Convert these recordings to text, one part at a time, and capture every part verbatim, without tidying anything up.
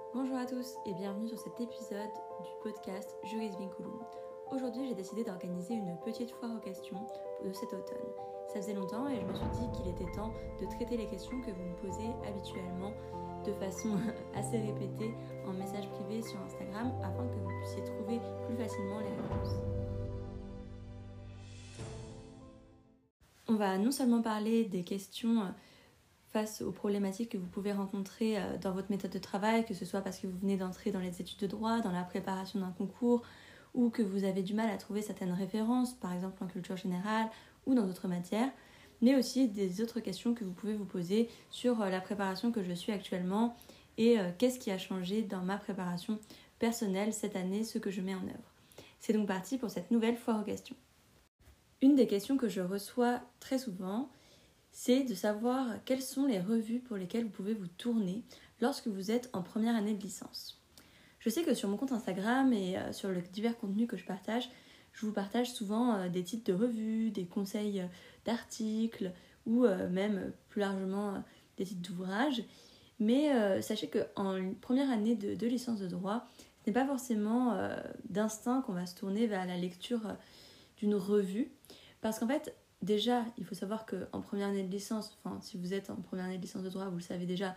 Bonjour à tous et bienvenue sur cet épisode du podcast Juris Vinculum. Aujourd'hui, j'ai décidé d'organiser une petite foire aux questions de cet automne. Ça faisait longtemps et je me suis dit qu'il était temps de traiter les questions que vous me posez habituellement de façon assez répétée en message privé sur Instagram afin que vous puissiez trouver plus facilement les réponses. On va non seulement parler des questions face aux problématiques que vous pouvez rencontrer dans votre méthode de travail, que ce soit parce que vous venez d'entrer dans les études de droit, dans la préparation d'un concours, ou que vous avez du mal à trouver certaines références, par exemple en culture générale ou dans d'autres matières, mais aussi des autres questions que vous pouvez vous poser sur la préparation que je suis actuellement et qu'est-ce qui a changé dans ma préparation personnelle cette année, ce que je mets en œuvre. C'est donc parti pour cette nouvelle foire aux questions. Une des questions que je reçois très souvent, c'est de savoir quelles sont les revues pour lesquelles vous pouvez vous tourner lorsque vous êtes en première année de licence. Je sais que sur mon compte Instagram et sur les divers contenus que je partage, je vous partage souvent des titres de revues, des conseils d'articles ou même plus largement des titres d'ouvrages. Mais sachez qu'en première année de, de licence de droit, ce n'est pas forcément d'instinct qu'on va se tourner vers la lecture d'une revue. Parce qu'en fait, déjà, il faut savoir qu'en première année de licence, enfin si vous êtes en première année de licence de droit, vous le savez déjà,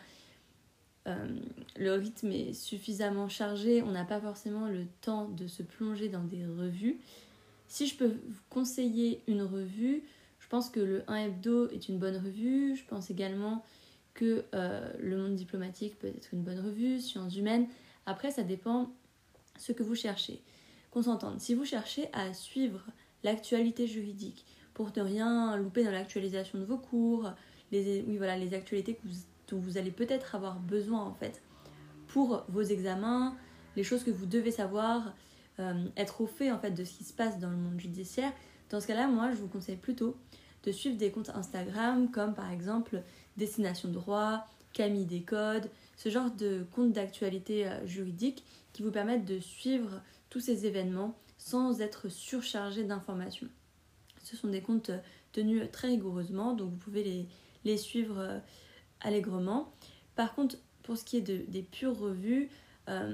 euh, le rythme est suffisamment chargé, on n'a pas forcément le temps de se plonger dans des revues. Si je peux vous conseiller une revue, je pense que le un Hebdo est une bonne revue, je pense également que euh, Le Monde diplomatique peut être une bonne revue, Sciences humaines. Après, ça dépend ce que vous cherchez. Qu'on s'entende, si vous cherchez à suivre l'actualité juridique, pour ne rien louper dans l'actualisation de vos cours, les, oui, voilà, les actualités que vous, dont vous allez peut-être avoir besoin en fait pour vos examens, les choses que vous devez savoir, euh, être au fait en fait de ce qui se passe dans le monde judiciaire. Dans ce cas-là, moi, je vous conseille plutôt de suivre des comptes Instagram comme par exemple Destination Droit, Camille Descodes, ce genre de comptes d'actualité euh, juridique qui vous permettent de suivre tous ces événements sans être surchargé d'informations. Ce sont des comptes tenus très rigoureusement, donc vous pouvez les, les suivre allègrement. Par contre, pour ce qui est de, des pures revues, euh,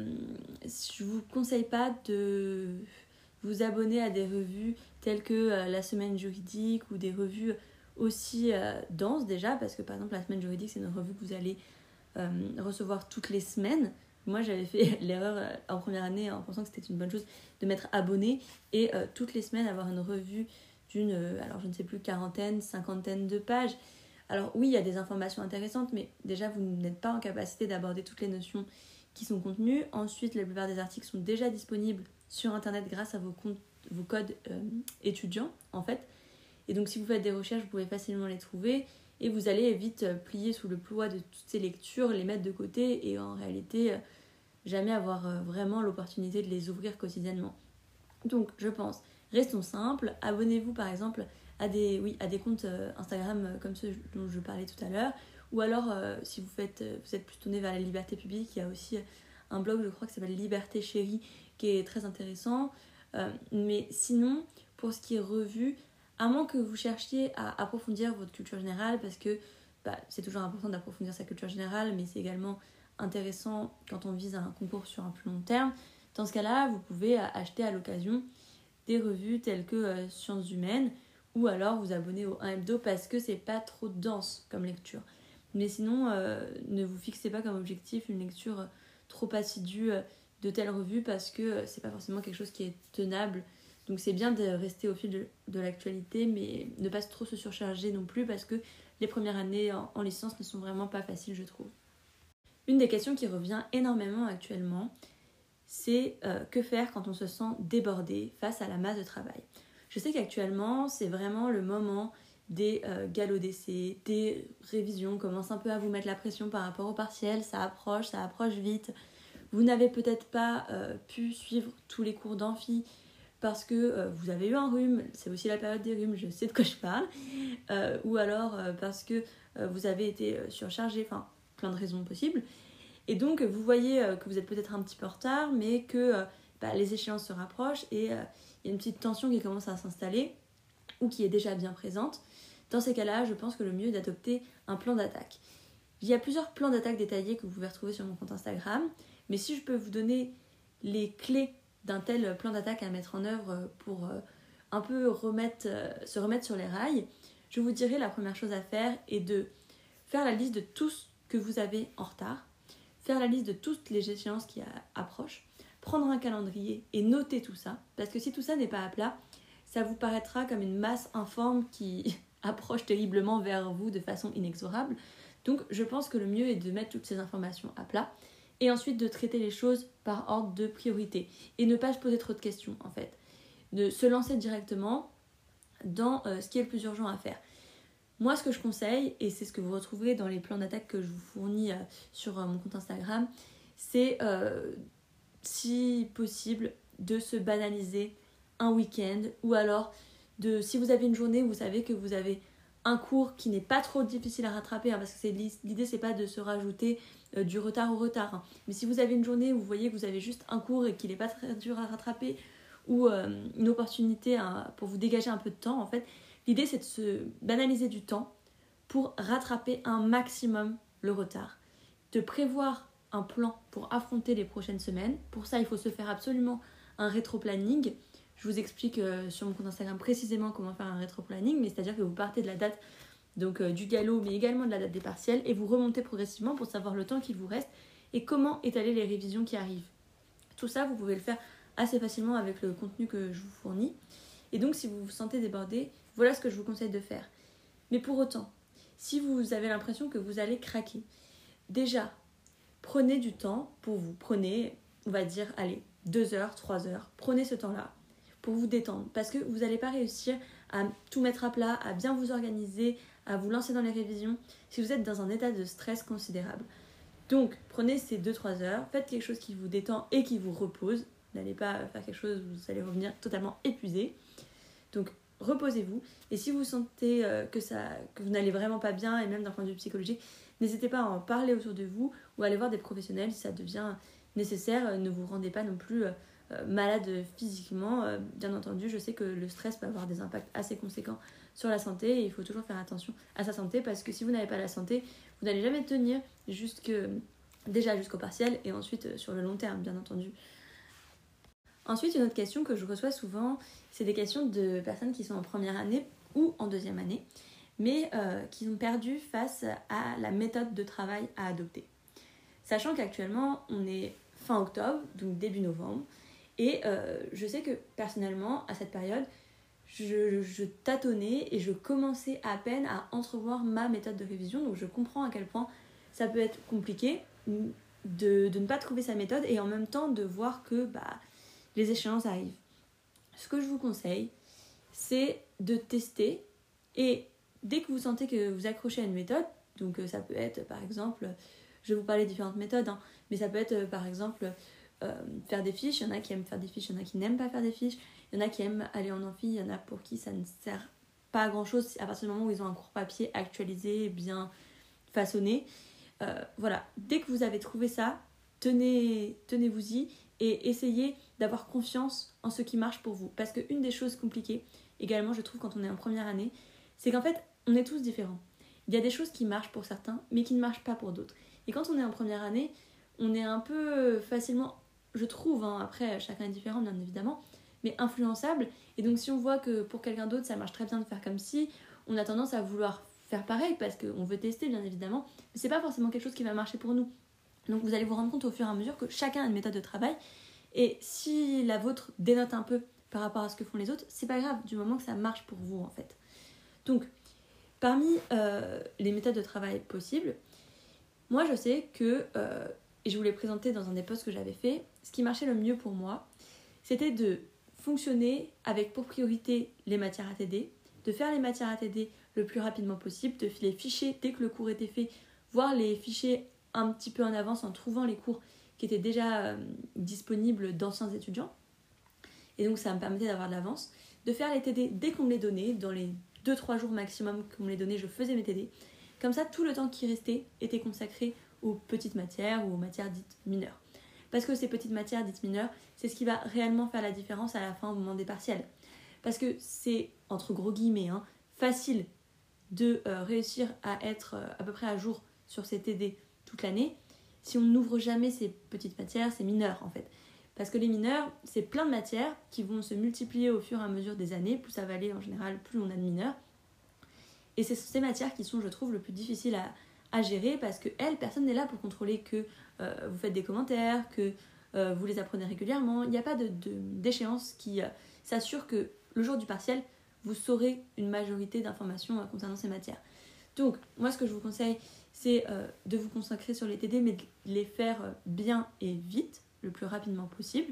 je ne vous conseille pas de vous abonner à des revues telles que euh, La Semaine Juridique ou des revues aussi euh, denses déjà, parce que par exemple La Semaine Juridique, c'est une revue que vous allez euh, recevoir toutes les semaines. Moi, j'avais fait l'erreur euh, en première année en pensant que c'était une bonne chose de m'être abonnée et euh, toutes les semaines avoir une revue d'une, alors je ne sais plus, quarantaine, cinquantaine de pages. Alors oui, il y a des informations intéressantes, mais déjà vous n'êtes pas en capacité d'aborder toutes les notions qui sont contenues. Ensuite, la plupart des articles sont déjà disponibles sur internet grâce à vos, comptes, vos codes euh, étudiants en fait. Et donc si vous faites des recherches, vous pouvez facilement les trouver et vous allez vite plier sous le poids de toutes ces lectures, les mettre de côté et en réalité euh, jamais avoir euh, vraiment l'opportunité de les ouvrir quotidiennement. Donc je pense, restons simples, abonnez-vous par exemple à des, oui, à des comptes euh, Instagram euh, comme ceux dont je parlais tout à l'heure, ou alors euh, si vous, faites, euh, vous êtes plus tourné vers la liberté publique, il y a aussi un blog je crois qui s'appelle Liberté Chérie qui est très intéressant, euh, mais sinon pour ce qui est revue, à moins que vous cherchiez à approfondir votre culture générale, parce que bah, c'est toujours important d'approfondir sa culture générale, mais c'est également intéressant quand on vise un concours sur un plus long terme. Dans ce cas-là, vous pouvez acheter à l'occasion des revues telles que euh, Sciences humaines ou alors vous abonner au un Hebdo parce que c'est pas trop dense comme lecture. Mais sinon, euh, ne vous fixez pas comme objectif une lecture trop assidue de telle revue parce que c'est pas forcément quelque chose qui est tenable. Donc c'est bien de rester au fil de, de l'actualité, mais ne pas trop se surcharger non plus parce que les premières années en, en licence ne sont vraiment pas faciles, je trouve. Une des questions qui revient énormément actuellement, c'est euh, que faire quand on se sent débordé face à la masse de travail. Je sais qu'actuellement, c'est vraiment le moment des euh, galops d'essai, des révisions, commence un peu à vous mettre la pression par rapport au partiel, ça approche, ça approche vite. Vous n'avez peut-être pas euh, pu suivre tous les cours d'amphi parce que euh, vous avez eu un rhume, c'est aussi la période des rhumes, je sais de quoi je parle, euh, ou alors euh, parce que euh, vous avez été euh, surchargé, enfin plein de raisons possibles. Et donc, vous voyez que vous êtes peut-être un petit peu en retard, mais que bah, les échéances se rapprochent et il euh, y a une petite tension qui commence à s'installer ou qui est déjà bien présente. Dans ces cas-là, je pense que le mieux est d'adopter un plan d'attaque. Il y a plusieurs plans d'attaque détaillés que vous pouvez retrouver sur mon compte Instagram, mais si je peux vous donner les clés d'un tel plan d'attaque à mettre en œuvre pour euh, un peu remettre, euh, se remettre sur les rails, je vous dirais la première chose à faire est de faire la liste de tout ce que vous avez en retard, faire la liste de toutes les échéances qui approchent, prendre un calendrier et noter tout ça, parce que si tout ça n'est pas à plat, ça vous paraîtra comme une masse informe qui approche terriblement vers vous de façon inexorable. Donc je pense que le mieux est de mettre toutes ces informations à plat et ensuite de traiter les choses par ordre de priorité et ne pas se poser trop de questions en fait. De se lancer directement dans euh, ce qui est le plus urgent à faire. Moi, ce que je conseille, et c'est ce que vous retrouverez dans les plans d'attaque que je vous fournis euh, sur euh, mon compte Instagram, c'est, euh, si possible, de se banaliser un week-end, ou alors, de, si vous avez une journée où vous savez que vous avez un cours qui n'est pas trop difficile à rattraper, hein, parce que c'est, l'idée, c'est pas de se rajouter euh, du retard au retard, hein, mais si vous avez une journée où vous voyez que vous avez juste un cours et qu'il n'est pas très dur à rattraper, ou euh, une opportunité hein, pour vous dégager un peu de temps, en fait, l'idée, c'est de se banaliser du temps pour rattraper un maximum le retard. De prévoir un plan pour affronter les prochaines semaines. Pour ça, il faut se faire absolument un rétro-planning. Je vous explique euh, sur mon compte Instagram précisément comment faire un rétro-planning, mais c'est-à-dire que vous partez de la date donc, euh, du galop, mais également de la date des partiels, et vous remontez progressivement pour savoir le temps qu'il vous reste et comment étaler les révisions qui arrivent. Tout ça, vous pouvez le faire assez facilement avec le contenu que je vous fournis. Et donc, si vous vous sentez débordé, voilà ce que je vous conseille de faire. Mais pour autant, si vous avez l'impression que vous allez craquer, déjà, prenez du temps pour vous. Prenez, on va dire, allez, deux heures, trois heures. Prenez ce temps-là pour vous détendre. Parce que vous n'allez pas réussir à tout mettre à plat, à bien vous organiser, à vous lancer dans les révisions si vous êtes dans un état de stress considérable. Donc, prenez ces deux trois heures, faites quelque chose qui vous détend et qui vous repose. N'allez pas faire quelque chose où vous allez revenir totalement épuisé. Donc, reposez-vous. Et si vous sentez euh, que, ça, que vous n'allez vraiment pas bien, et même d'un point de vue psychologique, n'hésitez pas à en parler autour de vous ou à aller voir des professionnels si ça devient nécessaire. Ne vous rendez pas non plus euh, malade physiquement. Euh, bien entendu, je sais que le stress peut avoir des impacts assez conséquents sur la santé et il faut toujours faire attention à sa santé parce que si vous n'avez pas la santé, vous n'allez jamais tenir jusque, déjà jusqu'au partiel et ensuite euh, sur le long terme, bien entendu. Ensuite, une autre question que je reçois souvent, c'est des questions de personnes qui sont en première année ou en deuxième année, mais euh, qui ont perdu face à la méthode de travail à adopter. Sachant qu'actuellement, on est fin octobre, donc début novembre, et euh, je sais que personnellement, à cette période, je, je tâtonnais et je commençais à peine à entrevoir ma méthode de révision, donc je comprends à quel point ça peut être compliqué de, de ne pas trouver sa méthode et en même temps de voir que bah, les échéances arrivent. Ce que je vous conseille, c'est de tester et dès que vous sentez que vous accrochez à une méthode, donc ça peut être par exemple, je vais vous parler de différentes méthodes, hein, mais ça peut être par exemple euh, faire des fiches, il y en a qui aiment faire des fiches, il y en a qui n'aiment pas faire des fiches, il y en a qui aiment aller en amphi, il y en a pour qui ça ne sert pas à grand chose à partir du moment où ils ont un cours papier actualisé, bien façonné. Euh, voilà, dès que vous avez trouvé ça, tenez, tenez-vous-y et essayez d'avoir confiance en ce qui marche pour vous. Parce qu'une des choses compliquées, également je trouve quand on est en première année, c'est qu'en fait on est tous différents. Il y a des choses qui marchent pour certains, mais qui ne marchent pas pour d'autres. Et quand on est en première année, on est un peu facilement, je trouve, hein, après chacun est différent bien évidemment, mais influençable. Et donc si on voit que pour quelqu'un d'autre ça marche très bien de faire comme ci, on a tendance à vouloir faire pareil parce qu'on veut tester bien évidemment, mais c'est pas forcément quelque chose qui va marcher pour nous. Donc vous allez vous rendre compte au fur et à mesure que chacun a une méthode de travail et si la vôtre dénote un peu par rapport à ce que font les autres, c'est pas grave du moment que ça marche pour vous en fait. Donc parmi euh, les méthodes de travail possibles, moi je sais que, euh, et je vous l'ai présenté dans un des posts que j'avais fait, ce qui marchait le mieux pour moi, c'était de fonctionner avec pour priorité les matières A T D, de faire les matières A T D le plus rapidement possible, de les ficher dès que le cours était fait, voire les ficher un petit peu en avance en trouvant les cours qui étaient déjà euh, disponibles d'anciens étudiants. Et donc ça me permettait d'avoir de l'avance. De faire les T D dès qu'on me les donnait, dans les deux trois jours maximum qu'on me les donnait, je faisais mes T D. Comme ça, tout le temps qui restait était consacré aux petites matières ou aux matières dites mineures. Parce que ces petites matières dites mineures, c'est ce qui va réellement faire la différence à la fin au moment des partiels. Parce que c'est, entre gros guillemets, hein, facile de euh, réussir à être euh, à peu près à jour sur ces T D toute l'année si on n'ouvre jamais ces petites matières, ces mineurs en fait. Parce que les mineurs, c'est plein de matières qui vont se multiplier au fur et à mesure des années. Plus ça va aller en général, plus on a de mineurs. Et c'est ces matières qui sont, je trouve, le plus difficiles à, à gérer parce que elles, personne n'est là pour contrôler que euh, vous faites des commentaires, que euh, vous les apprenez régulièrement. Il n'y a pas de, de, d'échéance qui euh, s'assure que le jour du partiel, vous saurez une majorité d'informations euh, concernant ces matières. Donc, moi, ce que je vous conseille, c'est euh, de vous concentrer sur les T D, mais de les faire euh, bien et vite, le plus rapidement possible.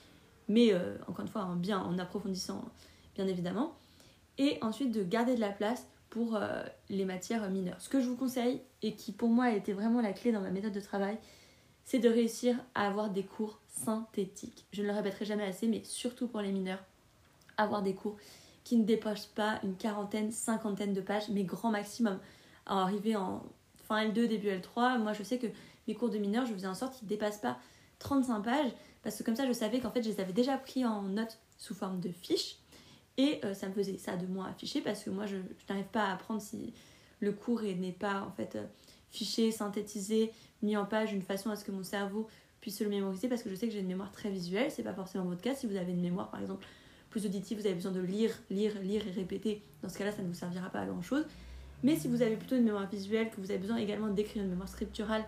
Mais, euh, encore une fois, hein, bien en approfondissant, bien évidemment. Et ensuite, de garder de la place pour euh, les matières mineures. Ce que je vous conseille, et qui pour moi a été vraiment la clé dans ma méthode de travail, c'est de réussir à avoir des cours synthétiques. Je ne le répéterai jamais assez, mais surtout pour les mineurs, avoir des cours qui ne dépassent pas une quarantaine, cinquantaine de pages, mais grand maximum. À arriver en fin L deux, début L trois, moi je sais que mes cours de mineurs, je faisais en sorte qu'ils ne dépassent pas trente-cinq pages, parce que comme ça je savais qu'en fait je les avais déjà pris en notes sous forme de fiches, et euh, ça me faisait ça de moi à afficher, parce que moi je, je n'arrive pas à apprendre si le cours n'est pas en fait euh, fiché, synthétisé, mis en page d'une façon à ce que mon cerveau puisse le mémoriser, parce que je sais que j'ai une mémoire très visuelle. C'est pas forcément votre cas. Si vous avez une mémoire par exemple plus auditive, vous avez besoin de lire, lire, lire et répéter. Dans ce cas-là, ça ne vous servira pas à grand chose. Mais si vous avez plutôt une mémoire visuelle, que vous avez besoin également d'écrire une mémoire scripturale,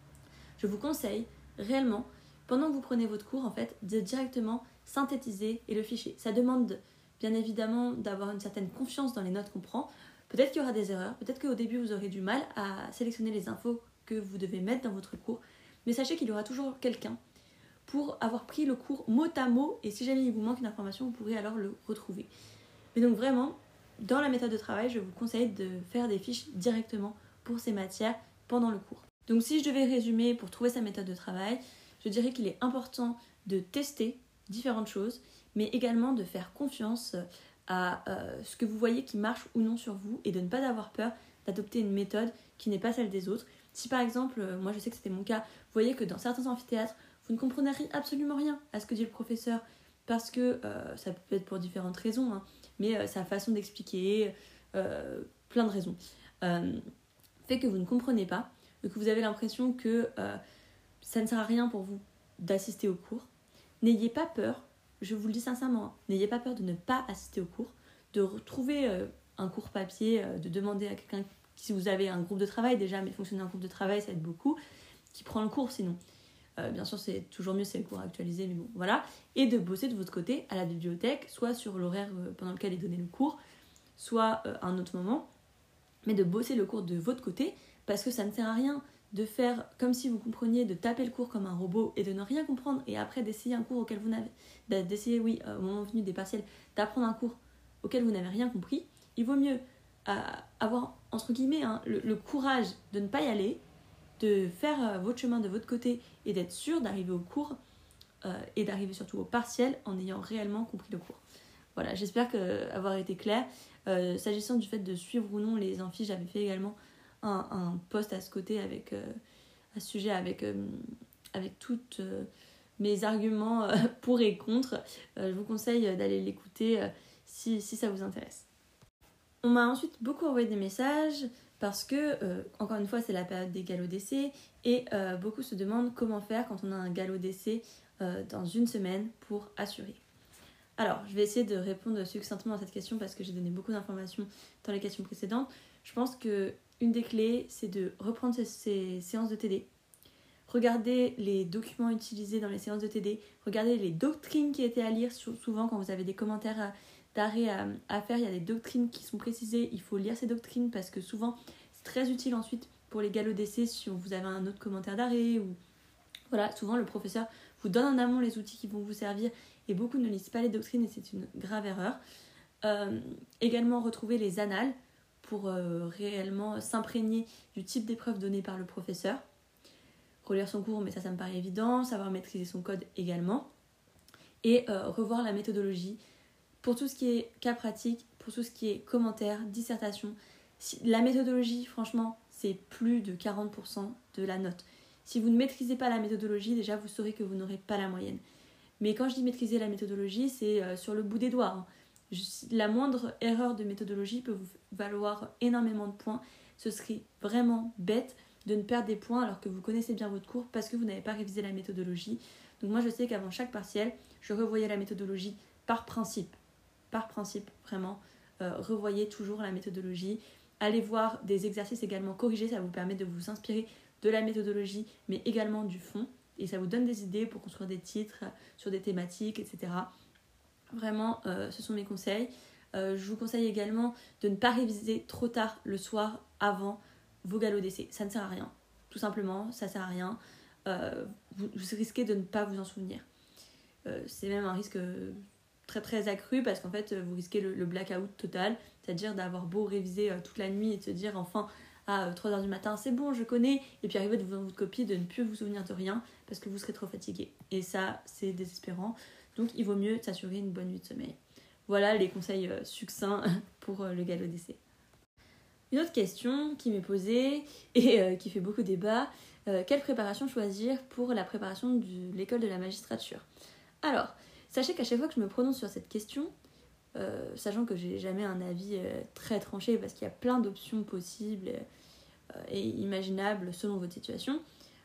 je vous conseille réellement, pendant que vous prenez votre cours, en fait, de directement synthétiser et le ficher. Ça demande bien évidemment d'avoir une certaine confiance dans les notes qu'on prend. Peut-être qu'il y aura des erreurs, peut-être qu'au début vous aurez du mal à sélectionner les infos que vous devez mettre dans votre cours, mais sachez qu'il y aura toujours quelqu'un pour avoir pris le cours mot à mot, et si jamais il vous manque une information, vous pourrez alors le retrouver. Mais donc vraiment, dans la méthode de travail, je vous conseille de faire des fiches directement pour ces matières pendant le cours. Donc si je devais résumer pour trouver sa méthode de travail, je dirais qu'il est important de tester différentes choses, mais également de faire confiance à euh, ce que vous voyez qui marche ou non sur vous, et de ne pas avoir peur d'adopter une méthode qui n'est pas celle des autres. Si par exemple, euh, moi je sais que c'était mon cas, vous voyez que dans certains amphithéâtres, vous ne comprenez absolument rien à ce que dit le professeur, parce que euh, ça peut être pour différentes raisons, hein, mais euh, sa façon d'expliquer, euh, plein de raisons, euh, fait que vous ne comprenez pas, et que vous avez l'impression que euh, ça ne sert à rien pour vous d'assister au cours. N'ayez pas peur, je vous le dis sincèrement, hein, n'ayez pas peur de ne pas assister au cours, de retrouver euh, un cours papier, euh, de demander à quelqu'un, si vous avez un groupe de travail déjà, mais fonctionner en groupe de travail ça aide beaucoup, qui prend le cours sinon. Euh, bien sûr c'est toujours mieux, c'est le cours actualisé, mais bon voilà. Et de bosser de votre côté à la bibliothèque, soit sur l'horaire euh, pendant lequel est donné le cours, soit euh, à un autre moment, mais de bosser le cours de votre côté, parce que ça ne sert à rien de faire comme si vous compreniez, de taper le cours comme un robot et de ne rien comprendre, et après d'essayer un cours auquel vous n'avez, d'essayer, oui, au moment venu des partiels, d'apprendre un cours auquel vous n'avez rien compris. Il vaut mieux euh, avoir, entre guillemets, hein, le, le courage de ne pas y aller, de faire euh, votre chemin de votre côté et d'être sûr d'arriver au cours euh, et d'arriver surtout au partiel en ayant réellement compris le cours. Voilà, j'espère que, avoir été claire. Euh, s'agissant du fait de suivre ou non les amphis, j'avais fait également un, un post à ce côté avec, euh, à ce sujet avec, euh, avec toutes euh, mes arguments euh, pour et contre. Euh, je vous conseille d'aller l'écouter euh, si, si ça vous intéresse. On m'a ensuite beaucoup envoyé des messages parce que, euh, encore une fois, c'est la période des galops d'essai et euh, beaucoup se demandent comment faire quand on a un galop d'essai euh, dans une semaine pour assurer. Alors, je vais essayer de répondre succinctement à cette question parce que j'ai donné beaucoup d'informations dans les questions précédentes. Je pense qu'une des clés, c'est de reprendre ces, ces séances de T D. Regardez les documents utilisés dans les séances de T D. Regardez les doctrines qui étaient à lire. Souvent, quand vous avez des commentaires à, d'arrêt à, à faire, il y a des doctrines qui sont précisées. Il faut lire ces doctrines parce que souvent, c'est très utile ensuite pour les galops d'essai si vous avez un autre commentaire d'arrêt. Ou... Voilà, souvent, le professeur vous donne en amont les outils qui vont vous servir. Et beaucoup ne lisent pas les doctrines et c'est une grave erreur. Euh, également, retrouver les annales pour euh, réellement s'imprégner du type d'épreuve donnée par le professeur. Relire son cours, mais ça, ça me paraît évident. Savoir maîtriser son code également. Et euh, revoir la méthodologie pour tout ce qui est cas pratique, pour tout ce qui est commentaires, dissertation. Si, la méthodologie, franchement, c'est plus de quarante pour cent de la note. Si vous ne maîtrisez pas la méthodologie, déjà, vous saurez que vous n'aurez pas la moyenne. Mais quand je dis maîtriser la méthodologie, c'est euh, sur le bout des doigts. Hein. Je, la moindre erreur de méthodologie peut vous valoir énormément de points. Ce serait vraiment bête de ne perdre des points alors que vous connaissez bien votre cours parce que vous n'avez pas révisé la méthodologie. Donc moi je sais qu'avant chaque partiel, je revoyais la méthodologie par principe. Par principe, vraiment. Euh, revoyez toujours la méthodologie. Allez voir des exercices également corrigés, ça vous permet de vous inspirer de la méthodologie, mais également du fond. Et ça vous donne des idées pour construire des titres sur des thématiques, et cetera. Vraiment, euh, ce sont mes conseils. Euh, je vous conseille également de ne pas réviser trop tard le soir avant vos galops d'essai. Ça ne sert à rien. Tout simplement, ça ne sert à rien. Euh, vous, vous risquez de ne pas vous en souvenir. Euh, c'est même un risque très très accru parce qu'en fait, vous risquez le, le blackout total. C'est-à-dire d'avoir beau réviser euh, toute la nuit et de se dire enfin à trois heures du matin, c'est bon, je connais. Et puis arriver devant votre copie, de ne plus vous souvenir de rien parce que vous serez trop fatigué. Et ça, c'est désespérant. Donc, il vaut mieux s'assurer une bonne nuit de sommeil. Voilà les conseils euh, succincts pour euh, le galop d'essai. Une autre question qui m'est posée et euh, qui fait beaucoup débat, euh, quelle préparation choisir pour la préparation de l'école de la magistrature? Alors, sachez qu'à chaque fois que je me prononce sur cette question, euh, sachant que j'ai jamais un avis euh, très tranché parce qu'il y a plein d'options possibles euh, et imaginables selon votre situation,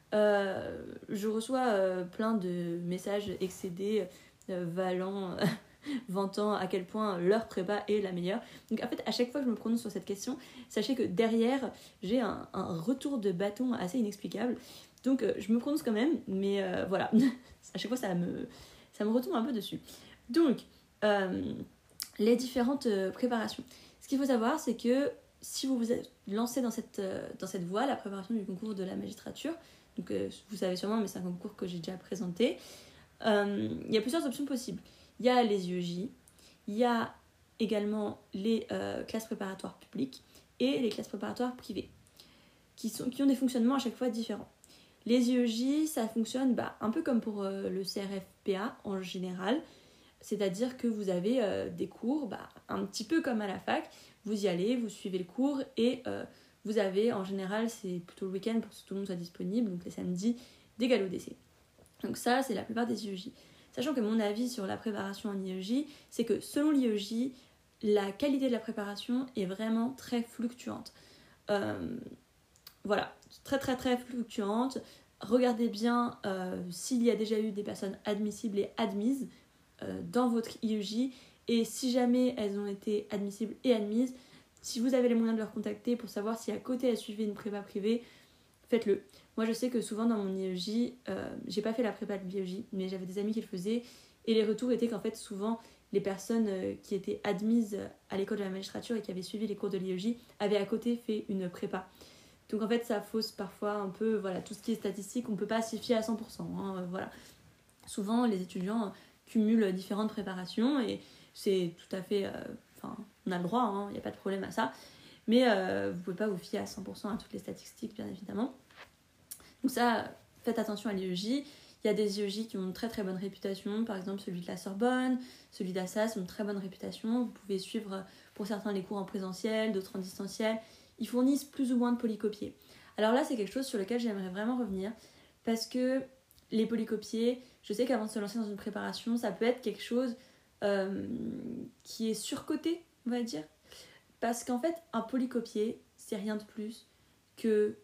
euh, je reçois euh, plein de messages excédés, euh, valant, vantant à quel point leur prépa est la meilleure. Donc en fait, à chaque fois que je me prononce sur cette question, sachez que derrière, j'ai un, un retour de bâton assez inexplicable. Donc euh, je me prononce quand même, mais euh, voilà, à chaque fois ça me, ça me retombe un peu dessus. Donc, euh, les différentes euh, préparations. Ce qu'il faut savoir, c'est que si vous vous êtes lancé dans cette, euh, dans cette voie, la préparation du concours de la magistrature, donc euh, vous savez sûrement, mais c'est un concours que j'ai déjà présenté, euh, il y a plusieurs options possibles. Il y a les I E J, il y a également les euh, classes préparatoires publiques et les classes préparatoires privées, qui, sont, qui ont des fonctionnements à chaque fois différents. Les I E J, ça fonctionne bah, un peu comme pour euh, le C R F P A en général, c'est-à-dire que vous avez euh, des cours, bah, un petit peu comme à la fac, vous y allez, vous suivez le cours et euh, vous avez, en général, c'est plutôt le week-end pour que tout le monde soit disponible, donc les samedis, des galops d'essai. Donc ça, c'est la plupart des I E J. Sachant que mon avis sur la préparation en I E J, c'est que selon l'I E J, la qualité de la préparation est vraiment très fluctuante. Euh, voilà, très très très fluctuante. Regardez bien euh, s'il y a déjà eu des personnes admissibles et admises euh, dans votre I E J, et si jamais elles ont été admissibles et admises, si vous avez les moyens de leur contacter pour savoir si à côté elles suivaient une prépa privée, faites-le. Moi je sais que souvent dans mon I E J, euh, j'ai pas fait la prépa de l'I E J, mais j'avais des amis qui le faisaient, et les retours étaient qu'en fait souvent les personnes euh, qui étaient admises à l'école de la magistrature et qui avaient suivi les cours de l'I E J avaient à côté fait une prépa. Donc en fait ça fausse parfois un peu voilà, tout ce qui est statistique, on peut pas s'y fier à cent pour cent. Hein, euh, voilà. Souvent les étudiants cumulent différentes préparations et c'est tout à fait... Enfin, euh, on a le droit, il hein, n'y a pas de problème à ça. Mais euh, vous ne pouvez pas vous fier à cent pour cent à toutes les statistiques, bien évidemment. Donc ça, faites attention à l'I E J. Il y a des I E J qui ont une très très bonne réputation. Par exemple, celui de la Sorbonne, celui d'Assas ont une très bonne réputation. Vous pouvez suivre pour certains les cours en présentiel, d'autres en distanciel. Ils fournissent plus ou moins de polycopiés. Alors là, c'est quelque chose sur lequel j'aimerais vraiment revenir. Parce que les polycopiés, je sais qu'avant de se lancer dans une préparation, ça peut être quelque chose euh, qui est surcoté, on va dire. Parce qu'en fait, un polycopier, c'est rien de plus que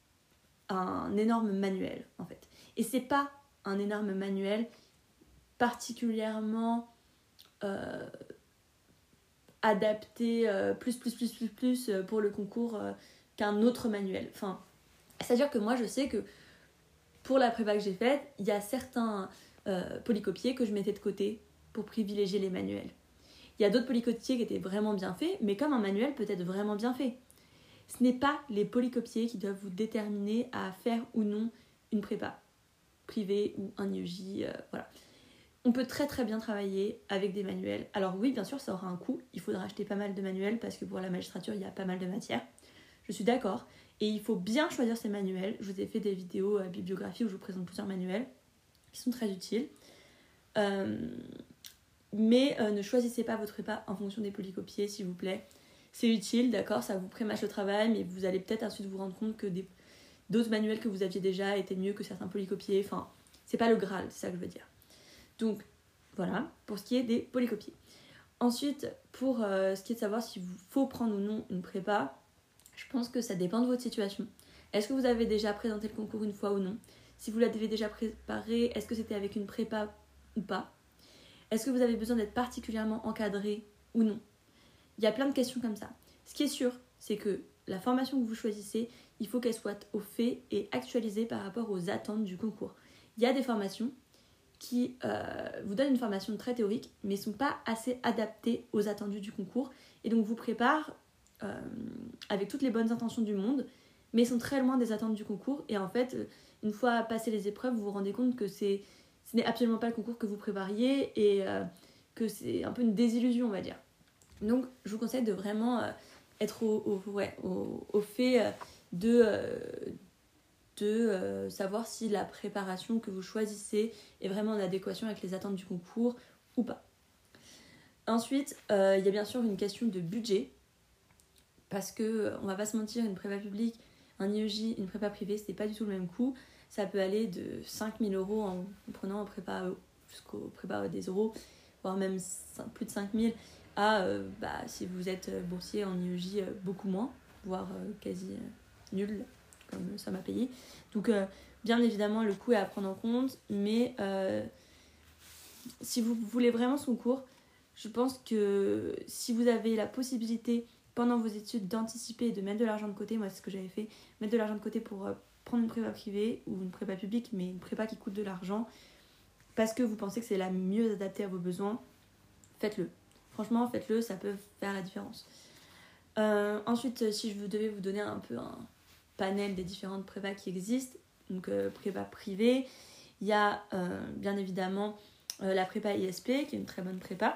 un énorme manuel, en fait. Et c'est pas un énorme manuel particulièrement euh, adapté euh, plus, plus, plus, plus, plus pour le concours euh, qu'un autre manuel. Enfin, c'est-à-dire que moi, je sais que pour la prépa que j'ai faite, il y a certains euh, polycopiers que je mettais de côté pour privilégier les manuels. Il y a d'autres polycopiers qui étaient vraiment bien faits, mais comme un manuel peut être vraiment bien fait. Ce n'est pas les polycopiers qui doivent vous déterminer à faire ou non une prépa privée ou un I E J. Euh, voilà. On peut très très bien travailler avec des manuels. Alors oui, bien sûr, ça aura un coût. Il faudra acheter pas mal de manuels parce que pour la magistrature, il y a pas mal de matières. Je suis d'accord. Et il faut bien choisir ces manuels. Je vous ai fait des vidéos à bibliographie où je vous présente plusieurs manuels qui sont très utiles. Euh, mais euh, ne choisissez pas votre prépa en fonction des polycopiés, s'il vous plaît. C'est utile, d'accord, ça vous prémâche le travail, mais vous allez peut-être ensuite vous rendre compte que des, d'autres manuels que vous aviez déjà étaient mieux que certains polycopiés. Enfin, c'est pas le Graal, c'est ça que je veux dire. Donc, voilà, pour ce qui est des polycopiés. Ensuite, pour euh, ce qui est de savoir s'il vous faut prendre ou non une prépa, je pense que ça dépend de votre situation. Est-ce que vous avez déjà présenté le concours une fois ou non? Si vous l'avez déjà préparé, est-ce que c'était avec une prépa ou pas? Est-ce que vous avez besoin d'être particulièrement encadré ou non? Il y a plein de questions comme ça. Ce qui est sûr, c'est que la formation que vous choisissez, il faut qu'elle soit au fait et actualisée par rapport aux attentes du concours. Il y a des formations qui euh, vous donnent une formation très théorique, mais ne sont pas assez adaptées aux attendus du concours, et donc vous préparent euh, avec toutes les bonnes intentions du monde, mais sont très loin des attentes du concours, et en fait, une fois passé les épreuves, vous vous rendez compte que c'est, ce n'est absolument pas le concours que vous prépariez, et euh, que c'est un peu une désillusion, on va dire. Donc, je vous conseille de vraiment euh, être au, au, ouais, au, au fait euh, de... Euh, de euh, savoir si la préparation que vous choisissez est vraiment en adéquation avec les attentes du concours ou pas. Ensuite, euh, il y a bien sûr une question de budget, parce que on va pas se mentir, une prépa publique, un I E J, une prépa privée, c'est pas du tout le même coût. Ça peut aller de cinq mille euros en prenant en prépa jusqu'au prépa des euros, voire même plus de cinq mille, à euh, bah, si vous êtes boursier en I E J, beaucoup moins, voire euh, quasi euh, nul, comme ça m'a payé. Donc euh, bien évidemment le coût est à prendre en compte, mais euh, si vous voulez vraiment son cours, je pense que si vous avez la possibilité pendant vos études d'anticiper et de mettre de l'argent de côté, moi c'est ce que j'avais fait, mettre de l'argent de côté pour euh, prendre une prépa privée ou une prépa publique, mais une prépa qui coûte de l'argent, parce que vous pensez que c'est la mieux adaptée à vos besoins, faites-le. Franchement, faites-le, ça peut faire la différence. Euh, ensuite, si je devais vous donner un peu un panel des différentes prépas qui existent, donc euh, prépa privée, il y a euh, bien évidemment euh, la prépa I S P, qui est une très bonne prépa,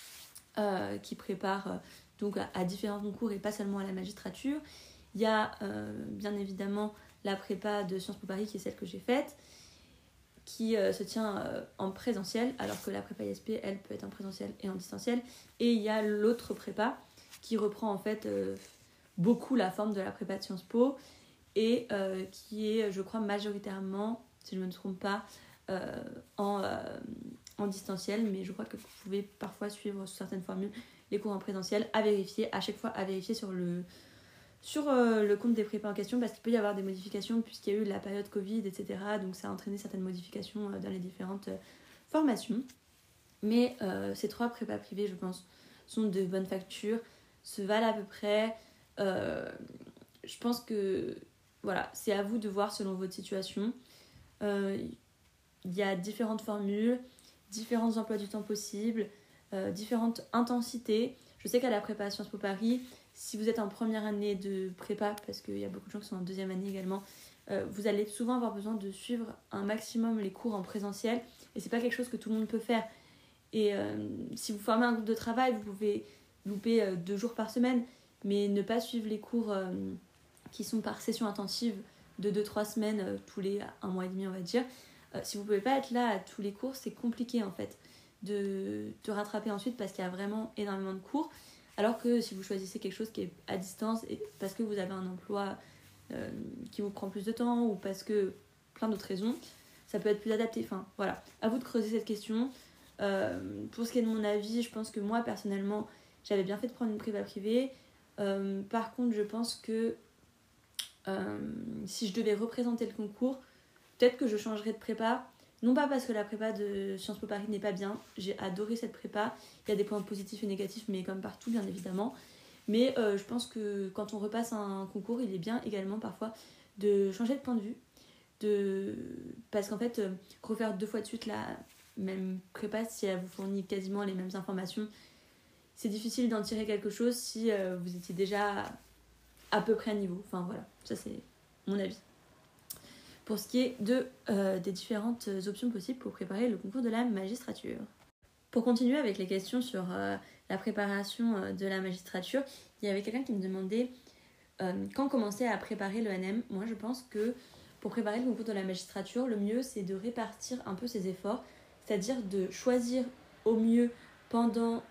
euh, qui prépare euh, donc à, à différents concours et pas seulement à la magistrature. Il y a euh, bien évidemment la prépa de Sciences Po Paris, qui est celle que j'ai faite, qui euh, se tient euh, en présentiel, alors que la prépa I S P, elle, peut être en présentiel et en distanciel. Et il y a l'autre prépa, qui reprend en fait euh, beaucoup la forme de la prépa de Sciences Po, et euh, qui est, je crois, majoritairement, si je ne me trompe pas, euh, en, euh, en distanciel, mais je crois que vous pouvez parfois suivre sous certaines formules les cours en présentiel, à vérifier, à chaque fois à vérifier sur le, sur, euh, le compte des prépas en question, parce qu'il peut y avoir des modifications puisqu'il y a eu la période Covid, et cetera. Donc ça a entraîné certaines modifications euh, dans les différentes euh, formations. Mais euh, ces trois prépas privées, je pense, sont de bonne facture, se valent à peu près. Euh, je pense que voilà, c'est à vous de voir selon votre situation. Il euh, y a différentes formules, différents emplois du temps possibles, euh, différentes intensités. Je sais qu'à la prépa Sciences Po Paris, si vous êtes en première année de prépa, parce qu'il y a beaucoup de gens qui sont en deuxième année également, euh, vous allez souvent avoir besoin de suivre un maximum les cours en présentiel, et c'est pas quelque chose que tout le monde peut faire. Et euh, si vous formez un groupe de travail, vous pouvez louper euh, deux jours par semaine, mais ne pas suivre les cours euh, qui sont par session intensive de deux trois semaines, euh, tous les un mois et demi on va dire. Euh, si vous pouvez pas être là à tous les cours, c'est compliqué en fait de, de rattraper ensuite, parce qu'il y a vraiment énormément de cours. Alors que si vous choisissez quelque chose qui est à distance, et parce que vous avez un emploi euh, qui vous prend plus de temps, ou parce que plein d'autres raisons, ça peut être plus adapté. Enfin voilà, à vous de creuser cette question. Euh, pour ce qui est de mon avis, je pense que moi personnellement j'avais bien fait de prendre une prépa privée. Euh, par contre, je pense que euh, si je devais représenter le concours, peut-être que je changerais de prépa. Non pas parce que la prépa de Sciences Po Paris n'est pas bien, j'ai adoré cette prépa, il y a des points positifs et négatifs, mais comme partout bien évidemment. Mais euh, je pense que quand on repasse un concours, il est bien également parfois de changer de point de vue, de... parce qu'en fait, euh, refaire deux fois de suite la même prépa, si elle vous fournit quasiment les mêmes informations, c'est difficile d'en tirer quelque chose si euh, vous étiez déjà à peu près à niveau. Enfin voilà, ça c'est mon avis. Pour ce qui est de, euh, des différentes options possibles pour préparer le concours de la magistrature. Pour continuer avec les questions sur euh, la préparation euh, de la magistrature, il y avait quelqu'un qui me demandait euh, quand commencer à préparer l'E N M. Moi je pense que pour préparer le concours de la magistrature, le mieux c'est de répartir un peu ses efforts, c'est-à-dire de choisir au mieux pendant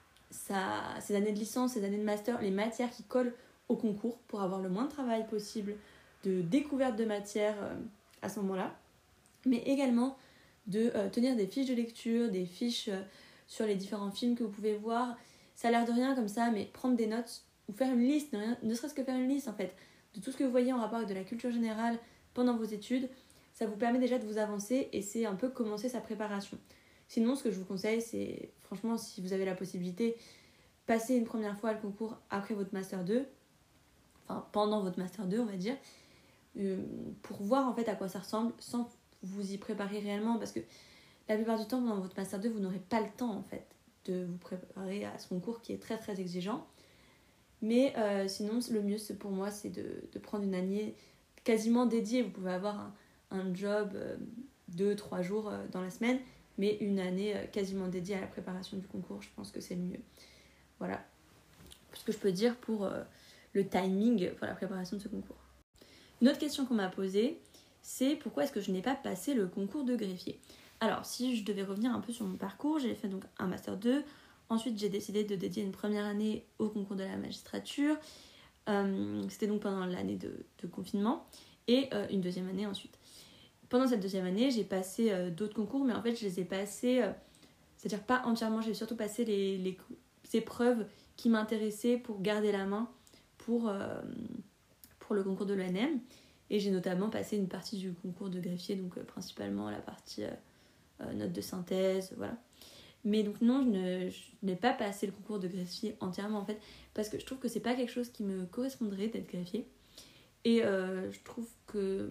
sa, ses années de licence, ses années de master, les matières qui collent au concours pour avoir le moins de travail possible, de découverte de matière euh, à ce moment-là, mais également de euh, tenir des fiches de lecture, des fiches euh, sur les différents films que vous pouvez voir. Ça a l'air de rien comme ça, mais prendre des notes ou faire une liste, ne, rien, ne serait-ce que faire une liste en fait, de tout ce que vous voyez en rapport avec de la culture générale pendant vos études, ça vous permet déjà de vous avancer et c'est un peu commencer sa préparation. Sinon, ce que je vous conseille, c'est franchement, si vous avez la possibilité, passer une première fois le concours après votre Master deux, enfin pendant votre Master deux, on va dire, euh, pour voir en fait à quoi ça ressemble sans vous y préparer réellement, parce que la plupart du temps, pendant votre Master deux, vous n'aurez pas le temps en fait de vous préparer à ce concours qui est très très exigeant. Mais euh, sinon, le mieux c'est, pour moi, c'est de, de prendre une année quasiment dédiée. Vous pouvez avoir un, un job euh, deux trois jours euh, dans la semaine, mais une année euh, quasiment dédiée à la préparation du concours, je pense que c'est le mieux. Voilà ce que je peux dire pour euh, le timing pour la préparation de ce concours. Une autre question qu'on m'a posée, c'est pourquoi est-ce que je n'ai pas passé le concours de greffier. Alors, si je devais revenir un peu sur mon parcours, j'ai fait donc un Master deux. Ensuite, j'ai décidé de dédier une première année au concours de la magistrature. Euh, c'était donc pendant l'année de, de confinement. Et euh, une deuxième année ensuite. Pendant cette deuxième année, j'ai passé euh, d'autres concours, mais en fait, je les ai passés, euh, c'est-à-dire pas entièrement, j'ai surtout passé les, les épreuves qui m'intéressaient pour garder la main pour, euh, pour le concours de l'O N M. Et j'ai notamment passé une partie du concours de greffier, donc euh, principalement la partie euh, euh, notes de synthèse, voilà. Mais donc non, je, ne, je n'ai pas passé le concours de greffier entièrement en fait, parce que je trouve que c'est pas quelque chose qui me correspondrait d'être greffier. Et euh, je trouve que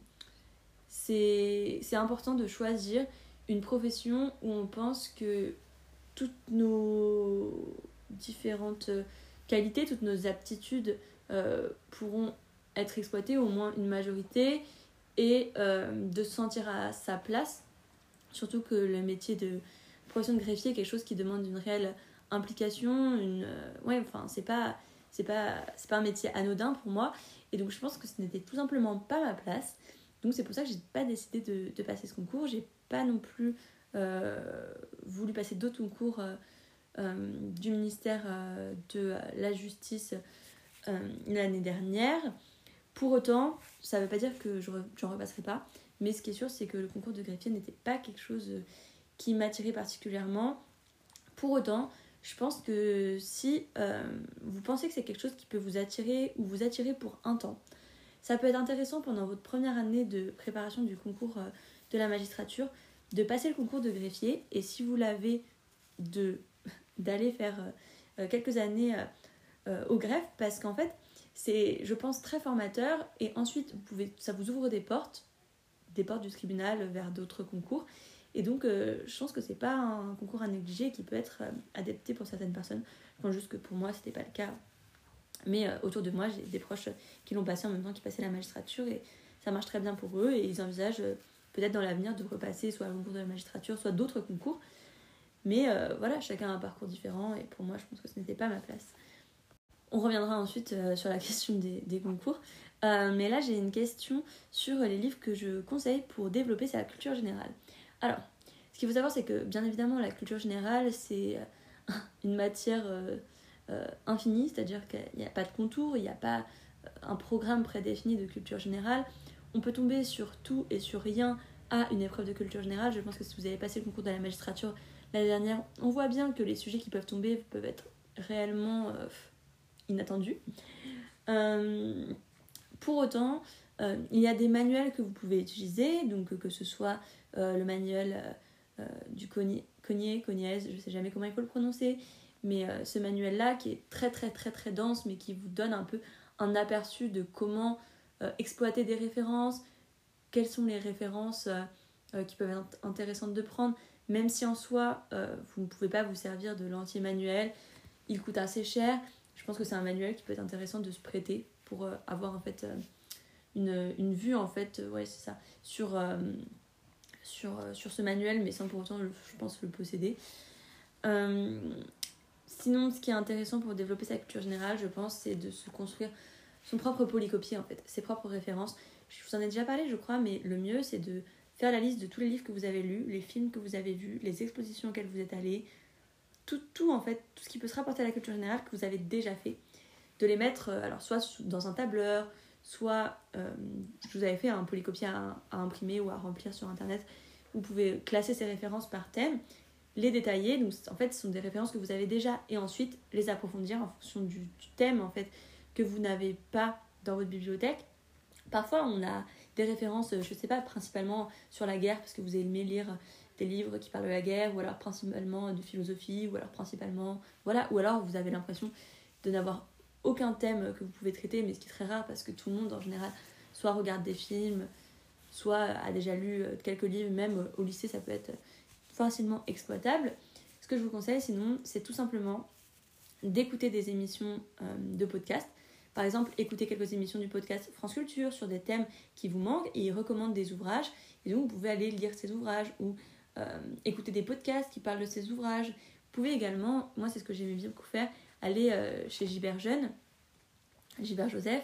c'est, c'est important de choisir une profession où on pense que toutes nos différentes qualités, toutes nos aptitudes euh, pourront être exploitées, au moins une majorité, et euh, de se sentir à sa place. Surtout que le métier de profession de greffier est quelque chose qui demande une réelle implication, une euh, ouais, enfin c'est pas c'est pas c'est pas un métier anodin pour moi, et donc je pense que ce n'était tout simplement pas ma place. Donc c'est pour ça que j'ai pas décidé de, de passer ce concours. J'ai pas non plus euh, voulu passer d'autres concours euh, euh, du ministère euh, de la Justice euh, l'année dernière. Pour autant, ça veut pas dire que je j'en repasserai pas, mais ce qui est sûr, c'est que le concours de greffier n'était pas quelque chose qui m'attirait particulièrement. Pour autant, je pense que si euh, vous pensez que c'est quelque chose qui peut vous attirer ou vous attirer pour un temps, ça peut être intéressant pendant votre première année de préparation du concours euh, de la magistrature de passer le concours de greffier, et si vous l'avez, de, d'aller faire euh, quelques années euh, euh, au greffe, parce qu'en fait c'est, je pense, très formateur, et ensuite vous pouvez, ça vous ouvre des portes des portes du tribunal vers d'autres concours. Et donc, euh, je pense que c'est pas un concours à négliger qui peut être euh, adapté pour certaines personnes. Je pense juste que pour moi, c'était pas le cas. Mais euh, autour de moi, j'ai des proches qui l'ont passé en même temps qu'ils passaient la magistrature, et ça marche très bien pour eux, et ils envisagent euh, peut-être dans l'avenir de repasser soit le concours de la magistrature, soit d'autres concours. Mais euh, voilà, chacun a un parcours différent, et pour moi, je pense que ce n'était pas ma place. On reviendra ensuite euh, sur la question des, des concours. Euh, mais là, j'ai une question sur les livres que je conseille pour développer sa culture générale. Alors, ce qu'il faut savoir, c'est que bien évidemment, la culture générale, c'est une matière euh, euh, infinie, c'est-à-dire qu'il n'y a pas de contour, il n'y a pas un programme prédéfini de culture générale. On peut tomber sur tout et sur rien à une épreuve de culture générale. Je pense que si vous avez passé le concours de la magistrature l'année dernière, on voit bien que les sujets qui peuvent tomber peuvent être réellement euh, inattendus. Euh, Pour autant, euh, il y a des manuels que vous pouvez utiliser, donc que ce soit euh, le manuel euh, du Cogniez, Cogniez, Cogniez, je ne sais jamais comment il faut le prononcer, mais euh, ce manuel-là qui est très très très très dense, mais qui vous donne un peu un aperçu de comment euh, exploiter des références, quelles sont les références euh, euh, qui peuvent être intéressantes de prendre, même si en soi, euh, vous ne pouvez pas vous servir de l'entier manuel, il coûte assez cher. Je pense que c'est un manuel qui peut être intéressant de se prêter pour euh, avoir en fait euh, une, une vue en fait, euh, ouais c'est ça, sur, euh, sur, euh, sur ce manuel, mais sans pour autant, le, je pense, le posséder. Euh, sinon, ce qui est intéressant pour développer sa culture générale, je pense, c'est de se construire son propre polycopier en fait, ses propres références. Je vous en ai déjà parlé, je crois, mais le mieux, c'est de faire la liste de tous les livres que vous avez lus, les films que vous avez vus, les expositions auxquelles vous êtes allés, tout, tout en fait, tout ce qui peut se rapporter à la culture générale que vous avez déjà fait, de les mettre alors soit dans un tableur, soit euh, je vous avais fait un polycopier à, à imprimer ou à remplir sur internet. Vous pouvez classer ces références par thème, les détailler, donc en fait ce sont des références que vous avez déjà, et ensuite les approfondir en fonction du, du thème en fait que vous n'avez pas dans votre bibliothèque. Parfois, on a des références, je sais pas, principalement sur la guerre, parce que vous aimez lire des livres qui parlent de la guerre, ou alors principalement de philosophie, ou alors principalement... Voilà, ou alors vous avez l'impression de n'avoir aucun thème que vous pouvez traiter, mais ce qui est très rare, parce que tout le monde, en général, soit regarde des films, soit a déjà lu quelques livres, même au lycée, ça peut être facilement exploitable. Ce que je vous conseille, sinon, c'est tout simplement d'écouter des émissions euh, de podcast. Par exemple, écoutez quelques émissions du podcast France Culture sur des thèmes qui vous manquent et ils recommandent des ouvrages. Et donc, vous pouvez aller lire ces ouvrages ou euh, écouter des podcasts qui parlent de ces ouvrages. Vous pouvez également, moi c'est ce que j'aimais bien beaucoup faire, aller euh, chez Gilbert Jeune, Gilbert Joseph,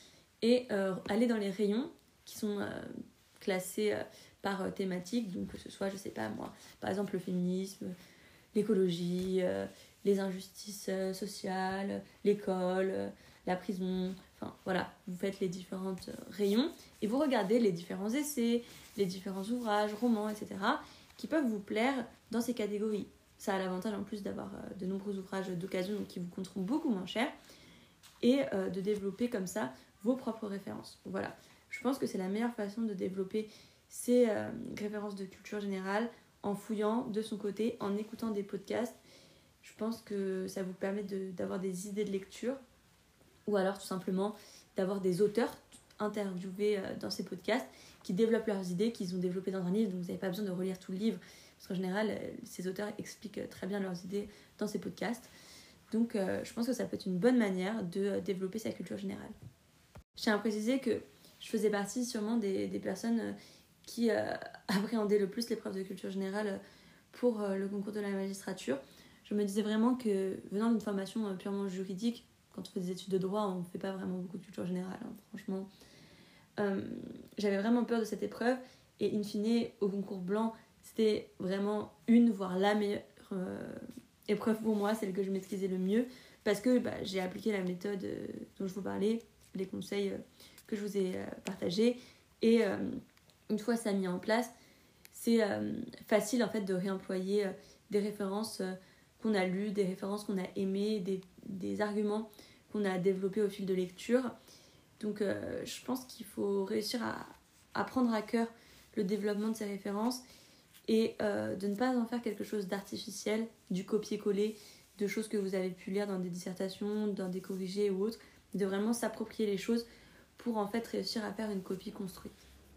et euh, aller dans les rayons qui sont euh, classés euh, par euh, thématique. Donc, que ce soit, je sais pas moi, par exemple le féminisme, l'écologie, euh, les injustices euh, sociales, l'école, euh, la prison, enfin voilà, vous faites les différents euh, rayons et vous regardez les différents essais, les différents ouvrages, romans, et cetera qui peuvent vous plaire dans ces catégories. Ça a l'avantage en plus d'avoir euh, de nombreux ouvrages d'occasion donc qui vous coûteront beaucoup moins cher et euh, de développer comme ça vos propres références. Voilà, je pense que c'est la meilleure façon de développer ces euh, références de culture générale en fouillant de son côté, en écoutant des podcasts. Je pense que ça vous permet de, d'avoir des idées de lecture ou alors tout simplement d'avoir des auteurs interviewés dans ces podcasts qui développent leurs idées qu'ils ont développées dans un livre, donc vous n'avez pas besoin de relire tout le livre parce qu'en général ces auteurs expliquent très bien leurs idées dans ces podcasts. Donc euh, je pense que ça peut être une bonne manière de développer sa culture générale. Je tiens à préciser que je faisais partie sûrement des, des personnes qui euh, appréhendaient le plus l'épreuve de culture générale pour euh, le concours de la magistrature. Je me disais vraiment que venant d'une formation euh, purement juridique, quand on fait des études de droit, on ne fait pas vraiment beaucoup de culture générale, hein, franchement. Euh, j'avais vraiment peur de cette épreuve et in fine, au concours blanc, c'était vraiment une, voire la meilleure euh, épreuve pour moi, celle que je maîtrisais le mieux, parce que bah, j'ai appliqué la méthode euh, dont je vous parlais, les conseils euh, que je vous ai euh, partagés, et euh, une fois ça mis en place, c'est euh, facile en fait de réemployer euh, des références euh, qu'on a lues, des références qu'on a aimées, des, des arguments qu'on a développés au fil de lecture. Donc euh, je pense qu'il faut réussir à, à prendre à cœur le développement de ces références et euh, de ne pas en faire quelque chose d'artificiel, du copier-coller, de choses que vous avez pu lire dans des dissertations, dans des corrigés ou autres, de vraiment s'approprier les choses pour en fait réussir à faire une copie construite.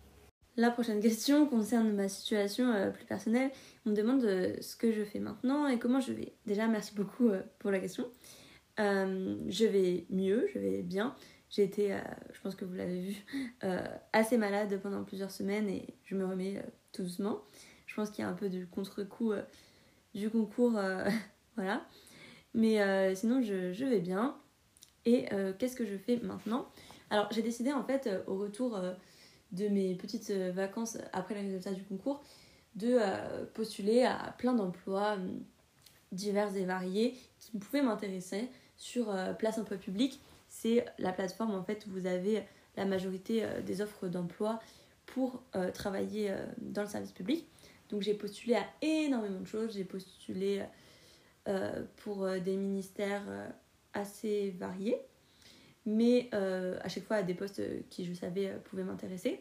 La prochaine question concerne ma situation euh, plus personnelle. On me demande euh, ce que je fais maintenant et comment je vais. Déjà, merci beaucoup euh, pour la question. Euh, je vais mieux, je vais bien. J'ai été, euh, je pense que vous l'avez vu, euh, assez malade pendant plusieurs semaines et je me remets euh, tout doucement. Je pense qu'il y a un peu du contre-coup euh, du concours, euh, voilà. Mais euh, sinon, je, je vais bien. Et euh, qu'est-ce que je fais maintenant ? Alors, j'ai décidé en fait, euh, au retour euh, de mes petites euh, vacances après les résultats du concours, de euh, postuler à plein d'emplois euh, divers et variés qui pouvaient m'intéresser sur euh, Place Emploi Public. C'est la plateforme en fait où vous avez la majorité euh, des offres d'emploi pour euh, travailler euh, dans le service public. Donc j'ai postulé à énormément de choses. J'ai postulé euh, pour euh, des ministères euh, assez variés, mais euh, à chaque fois à des postes qui je savais euh, pouvaient m'intéresser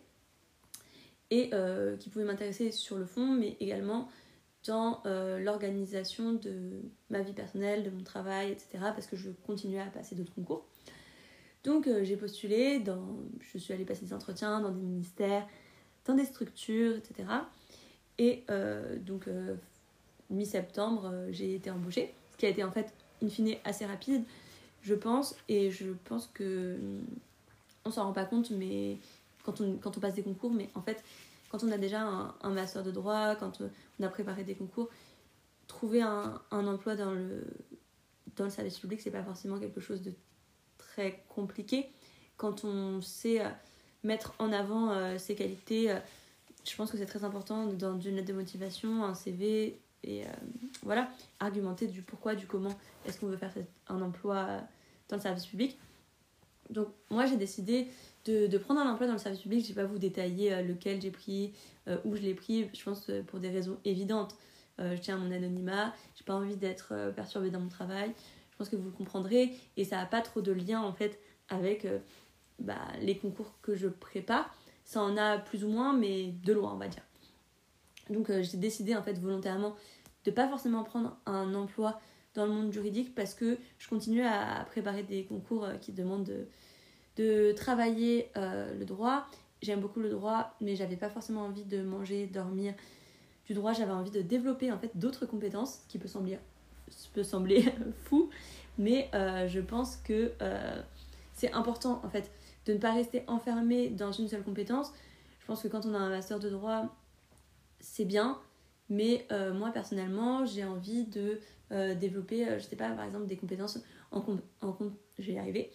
et euh, qui pouvaient m'intéresser sur le fond, mais également dans euh, l'organisation de ma vie personnelle, de mon travail, et cetera. Parce que je continuais à passer d'autres concours. Donc euh, j'ai postulé, dans, je suis allée passer des entretiens dans des ministères, dans des structures, et cetera. Et euh, donc euh, mi-septembre, euh, j'ai été embauchée, ce qui a été en fait in fine assez rapide, je pense, et je pense que on s'en rend pas compte, mais quand on, quand on passe des concours, mais en fait, quand on a déjà un, un master de droit, quand on a préparé des concours, trouver un, un emploi dans le, dans le service public, c'est pas forcément quelque chose de très compliqué. Quand on sait mettre en avant euh, ses qualités, euh, je pense que c'est très important dans une lettre de motivation, un C V, et euh, voilà, argumenter du pourquoi, du comment est-ce qu'on veut faire un emploi dans le service public. Donc moi j'ai décidé de, de prendre un emploi dans le service public. Je ne vais pas vous détailler euh, lequel j'ai pris, euh, où je l'ai pris, je pense euh, pour des raisons évidentes. Euh, je tiens à mon anonymat, j'ai pas envie d'être euh, perturbée dans mon travail, je pense que vous le comprendrez, et ça n'a pas trop de lien en fait avec euh, bah, les concours que je prépare. Ça en a plus ou moins, mais de loin, on va dire. Donc euh, j'ai décidé en fait volontairement de pas forcément prendre un emploi dans le monde juridique parce que je continue à préparer des concours euh, qui demandent de, de travailler euh, le droit. J'aime beaucoup le droit, mais j'avais pas forcément envie de manger, dormir du droit. J'avais envie de développer en fait d'autres compétences, ce qui peut sembler, peut sembler fou, mais euh, je pense que euh, c'est important en fait de ne pas rester enfermé dans une seule compétence. Je pense que quand on a un master de droit, c'est bien, mais euh, moi personnellement j'ai envie de euh, développer euh, je sais pas, par exemple des compétences en, com- en com- je vais y arriver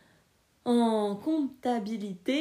en comptabilité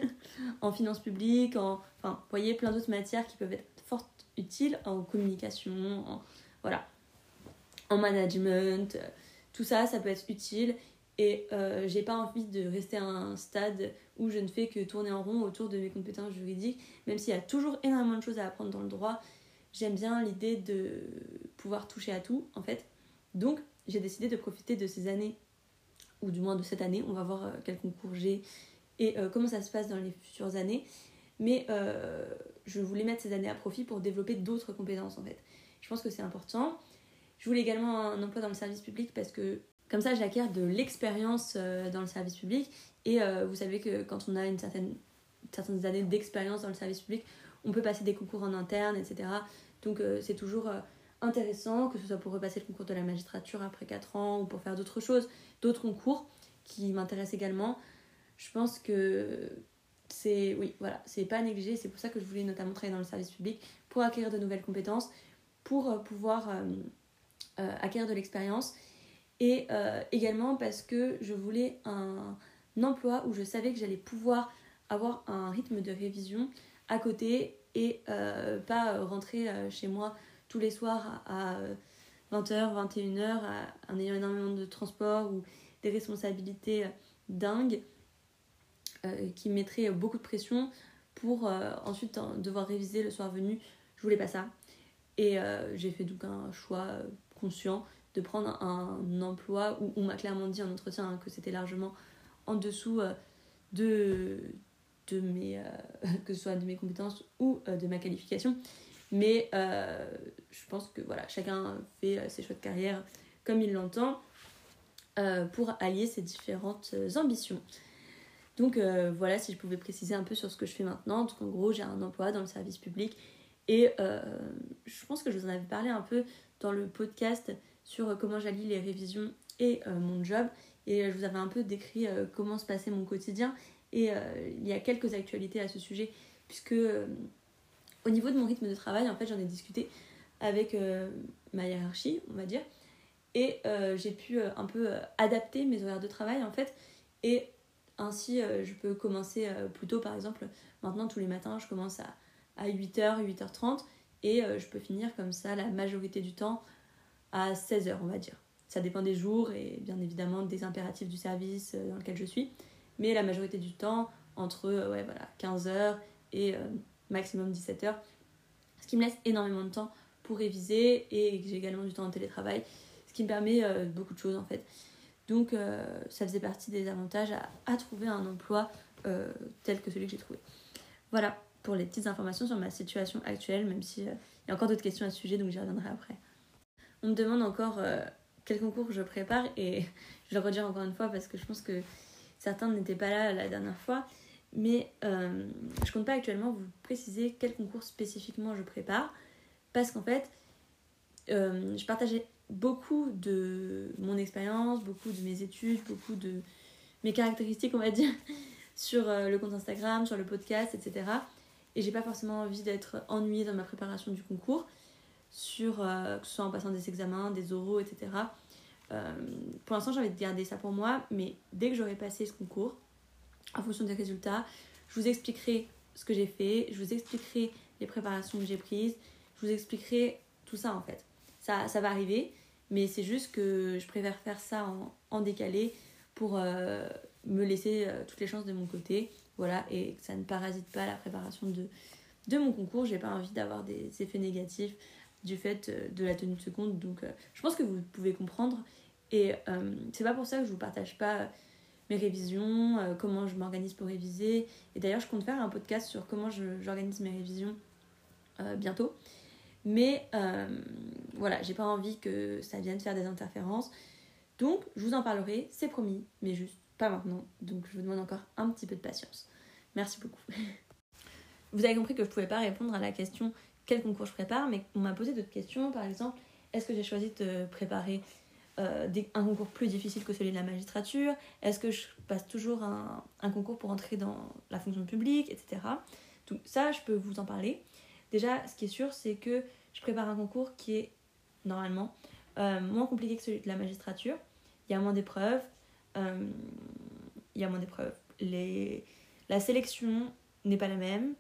en finances publiques, en enfin vous voyez, plein d'autres matières qui peuvent être fort utiles, en communication, en voilà, en management, euh, tout ça ça peut être utile. Et euh, j'ai pas envie de rester à un stade où je ne fais que tourner en rond autour de mes compétences juridiques, même s'il y a toujours énormément de choses à apprendre dans le droit. J'aime bien l'idée de pouvoir toucher à tout, en fait. Donc, j'ai décidé de profiter de ces années, ou du moins de cette année. On va voir quel concours j'ai et euh, comment ça se passe dans les futures années. Mais euh, je voulais mettre ces années à profit pour développer d'autres compétences, en fait. Je pense que c'est important. Je voulais également un emploi dans le service public parce que comme ça, j'acquiers de l'expérience euh, dans le service public. Et euh, vous savez que quand on a une certaine, certaines années d'expérience dans le service public, on peut passer des concours en interne, et cetera. Donc euh, c'est toujours euh, intéressant, que ce soit pour repasser le concours de la magistrature après quatre ans ou pour faire d'autres choses, d'autres concours qui m'intéressent également. Je pense que c'est, oui, voilà, c'est pas négligé. C'est pour ça que je voulais notamment travailler dans le service public, pour acquérir de nouvelles compétences, pour euh, pouvoir euh, euh, acquérir de l'expérience. Et euh, également parce que je voulais un, un emploi où je savais que j'allais pouvoir avoir un rythme de révision à côté et euh, pas rentrer euh, chez moi tous les soirs à, à vingt heures, vingt et une heures à, en ayant énormément de transport ou des responsabilités dingues euh, qui me mettraient beaucoup de pression pour euh, ensuite hein, devoir réviser le soir venu. Je voulais pas ça. Et euh, j'ai fait donc un choix conscient de prendre un emploi où on m'a clairement dit en entretien hein, que c'était largement en dessous euh, de, de mes, euh, que ce soit de mes compétences ou euh, de ma qualification. Mais euh, je pense que voilà, chacun fait euh, ses choix de carrière comme il l'entend euh, pour allier ses différentes euh, ambitions. Donc euh, voilà, si je pouvais préciser un peu sur ce que je fais maintenant. Donc en gros, j'ai un emploi dans le service public et euh, je pense que je vous en avais parlé un peu dans le podcast sur comment j'allie les révisions et euh, mon job. Et je vous avais un peu décrit euh, comment se passait mon quotidien. Et euh, il y a quelques actualités à ce sujet, puisque euh, au niveau de mon rythme de travail, en fait, j'en ai discuté avec euh, ma hiérarchie, on va dire. Et euh, j'ai pu euh, un peu euh, adapter mes horaires de travail, en fait. Et ainsi, euh, je peux commencer euh, plus tôt, par exemple. Maintenant, tous les matins, je commence à, à huit heures, huit heures trente. Et euh, je peux finir comme ça la majorité du temps à seize heures, on va dire. Ça dépend des jours et bien évidemment des impératifs du service dans lequel je suis. Mais la majorité du temps, entre ouais, voilà, quinze heures et euh, maximum dix-sept heures. Ce qui me laisse énormément de temps pour réviser et j'ai également du temps en télétravail. Ce qui me permet euh, beaucoup de choses en fait. Donc euh, ça faisait partie des avantages à, à trouver un emploi euh, tel que celui que j'ai trouvé. Voilà pour les petites informations sur ma situation actuelle, même s'il euh, y a encore d'autres questions à ce sujet, donc j'y reviendrai après. On me demande encore euh, quel concours je prépare et je le redire encore une fois parce que je pense que certains n'étaient pas là la dernière fois, mais euh, je compte pas actuellement vous préciser quel concours spécifiquement je prépare parce qu'en fait euh, je partageais beaucoup de mon expérience, beaucoup de mes études, beaucoup de mes caractéristiques on va dire sur euh, le compte Instagram, sur le podcast, et cetera. Et j'ai pas forcément envie d'être ennuyée dans ma préparation du concours, sur, euh, que ce soit en passant des examens, des oraux, et cetera. Euh, pour l'instant, j'ai envie de garder ça pour moi, mais dès que j'aurai passé ce concours, en fonction des résultats, je vous expliquerai ce que j'ai fait, je vous expliquerai les préparations que j'ai prises, je vous expliquerai tout ça en fait. Ça, ça va arriver, mais c'est juste que je préfère faire ça en, en décalé pour euh, me laisser euh, toutes les chances de mon côté, voilà, et que ça ne parasite pas la préparation de, de mon concours. J'ai pas envie d'avoir des effets négatifs du fait de la tenue de ce compte, donc euh, je pense que vous pouvez comprendre et euh, c'est pas pour ça que je vous partage pas mes révisions, euh, comment je m'organise pour réviser. Et d'ailleurs, je compte faire un podcast sur comment je, j'organise mes révisions euh, bientôt. Mais euh, voilà, j'ai pas envie que ça vienne faire des interférences. Donc, je vous en parlerai, c'est promis, mais juste pas maintenant. Donc, je vous demande encore un petit peu de patience. Merci beaucoup. Vous avez compris que je pouvais pas répondre à la question quel concours je prépare, mais on m'a posé d'autres questions. Par exemple, est-ce que j'ai choisi de préparer euh, des, un concours plus difficile que celui de la magistrature? Est-ce que je passe toujours un, un concours pour entrer dans la fonction publique, et cetera. Donc ça, je peux vous en parler. Déjà, ce qui est sûr, c'est que je prépare un concours qui est, normalement, euh, moins compliqué que celui de la magistrature. Il y a moins d'épreuves. Euh, il y a moins d'épreuves. Les... La sélection n'est pas la même.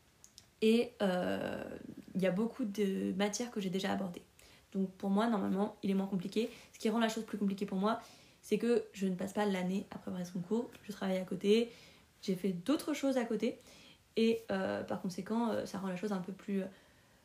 Et euh, il y a beaucoup de matières que j'ai déjà abordées. Donc pour moi, normalement, il est moins compliqué. Ce qui rend la chose plus compliquée pour moi, c'est que je ne passe pas l'année à préparer ce concours. Je travaille à côté. J'ai fait d'autres choses à côté. Et euh, par conséquent, euh, ça rend la chose un peu plus... Euh,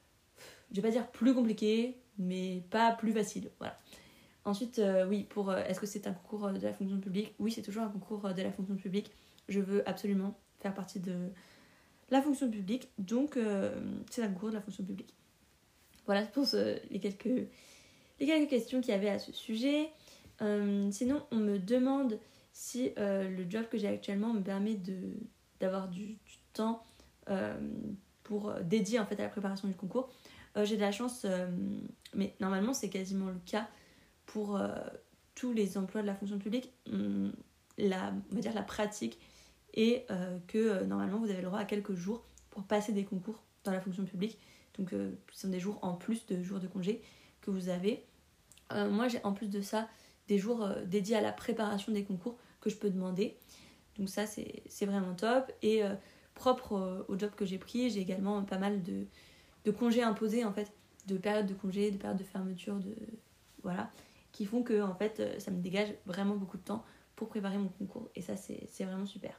je vais pas dire plus compliquée, mais pas plus facile. Voilà. Ensuite, euh, oui, pour euh, est-ce que c'est un concours de la fonction publique? Oui, c'est toujours un concours de la fonction publique. Je veux absolument faire partie de la fonction publique, donc euh, c'est un concours de la fonction publique. Voilà pour ce, les, quelques, les quelques questions qu'il y avait à ce sujet. Euh, sinon, on me demande si euh, le job que j'ai actuellement me permet de, d'avoir du, du temps euh, pour dédier en fait, à la préparation du concours. Euh, j'ai de la chance, euh, mais normalement c'est quasiment le cas pour euh, tous les emplois de la fonction publique. On, la, on va dire la pratique et euh, que euh, normalement vous avez le droit à quelques jours pour passer des concours dans la fonction publique. Donc euh, ce sont des jours en plus de jours de congé que vous avez. Euh, moi j'ai en plus de ça des jours euh, dédiés à la préparation des concours que je peux demander. Donc ça c'est, c'est vraiment top. Et euh, propre euh, au job que j'ai pris, j'ai également pas mal de, de congés imposés en fait, de périodes de congés, de périodes de fermeture, de... voilà, qui font que en fait ça me dégage vraiment beaucoup de temps pour préparer mon concours. Et ça c'est, c'est vraiment super.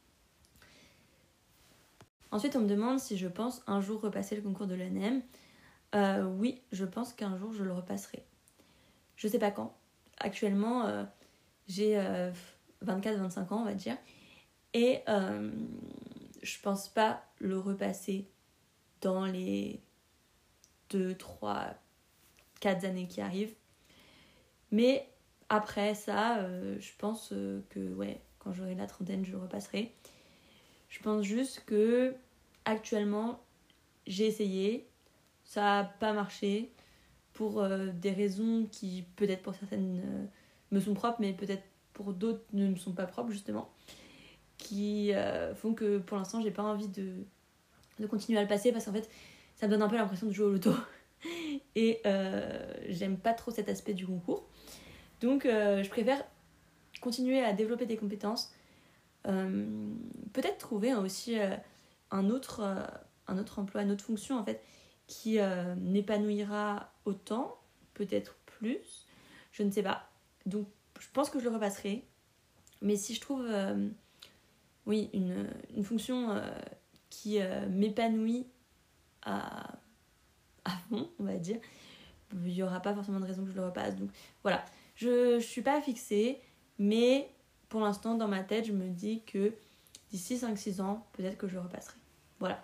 Ensuite, on me demande si je pense un jour repasser le concours de l'E N E M. Euh, oui, je pense qu'un jour je le repasserai. Je sais pas quand. Actuellement, euh, j'ai euh, vingt-quatre vingt-cinq ans, on va dire. Et euh, je pense pas le repasser dans les deux, trois, quatre années qui arrivent. Mais après ça, euh, je pense euh, que ouais, quand j'aurai la trentaine, je le repasserai. Je pense juste que actuellement, j'ai essayé, ça n'a pas marché pour euh, des raisons qui peut-être pour certaines euh, me sont propres, mais peut-être pour d'autres ne me sont pas propres justement, qui euh, font que pour l'instant j'ai pas envie de, de continuer à le passer parce qu'en fait ça me donne un peu l'impression de jouer au loto et euh, j'aime pas trop cet aspect du concours. Donc euh, je préfère continuer à développer des compétences. Euh, peut-être trouver hein, aussi euh, un, autre, euh, un autre emploi, une autre fonction en fait qui euh, m'épanouira autant, peut-être plus, je ne sais pas. Donc je pense que je le repasserai, mais si je trouve euh, oui, une, une fonction euh, qui euh, m'épanouit à, à fond, on va dire, il n'y aura pas forcément de raison que je le repasse. Donc voilà, je ne suis pas fixée, mais pour l'instant, dans ma tête, je me dis que d'ici cinq six ans, peut-être que je le repasserai. Voilà.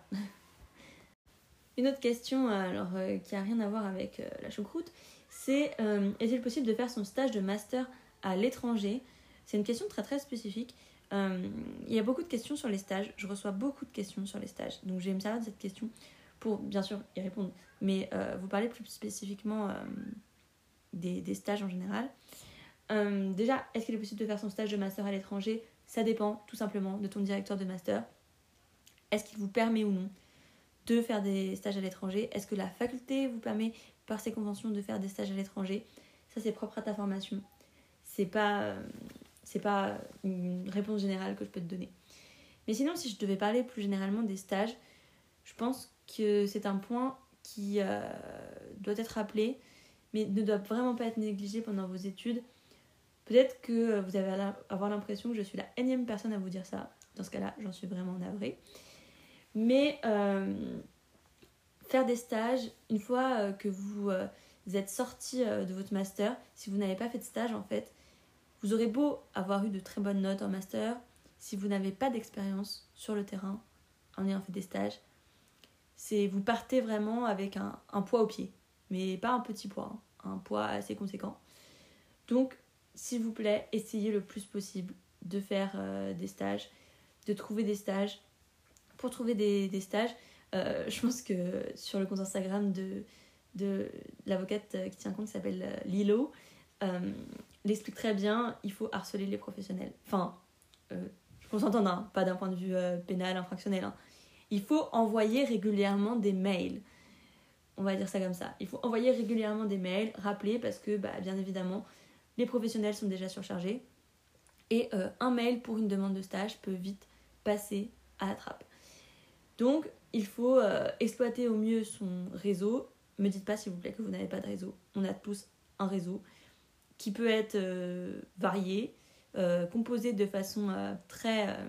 Une autre question, alors, euh, qui n'a rien à voir avec euh, la choucroute, c'est euh, est-il possible de faire son stage de master à l'étranger? C'est une question très très spécifique. Euh, il y a beaucoup de questions sur les stages. Je reçois beaucoup de questions sur les stages. Donc je vais me servir de cette question pour, bien sûr, y répondre. Mais euh, vous parlez plus spécifiquement euh, des, des stages en général. Euh, déjà, est-ce qu'il est possible de faire son stage de master à l'étranger? Ça dépend tout simplement de ton directeur de master. Est-ce qu'il vous permet ou non de faire des stages à l'étranger? Est-ce que la faculté vous permet par ses conventions de faire des stages à l'étranger? Ça c'est propre à ta formation. C'est pas, euh, c'est pas une réponse générale que je peux te donner. Mais sinon, si je devais parler plus généralement des stages, je pense que c'est un point qui euh, doit être rappelé, mais ne doit vraiment pas être négligé pendant vos études. Peut-être que vous allez avoir l'impression que je suis la énième personne à vous dire ça. Dans ce cas-là, j'en suis vraiment navrée. Mais euh, faire des stages, une fois euh, que vous, euh, vous êtes sorti euh, de votre master, si vous n'avez pas fait de stage, en fait, Vous aurez beau avoir eu de très bonnes notes en master, si vous n'avez pas d'expérience sur le terrain, en ayant fait des stages, c'est vous partez vraiment avec un, un poids au pied, mais pas un petit poids, hein, un poids assez conséquent. Donc, s'il vous plaît, essayez le plus possible de faire euh, des stages, de trouver des stages. Pour trouver des, des stages, euh, je pense que sur le compte Instagram de, de l'avocate qui tient compte, qui s'appelle euh, Lilo, euh, l'explique très bien, il faut harceler les professionnels. Enfin, euh, qu'on s'entende, hein, pas d'un point de vue euh, pénal, infractionnel. Hein. Il faut envoyer régulièrement des mails. On va dire ça comme ça. Il faut envoyer régulièrement des mails, rappeler, parce que, bah, bien évidemment, les professionnels sont déjà surchargés. Et euh, un mail pour une demande de stage peut vite passer à la trappe. Donc, il faut euh, exploiter au mieux son réseau. Ne me dites pas, s'il vous plaît, que vous n'avez pas de réseau. On a tous un réseau qui peut être euh, varié, euh, composé de façon euh, très euh,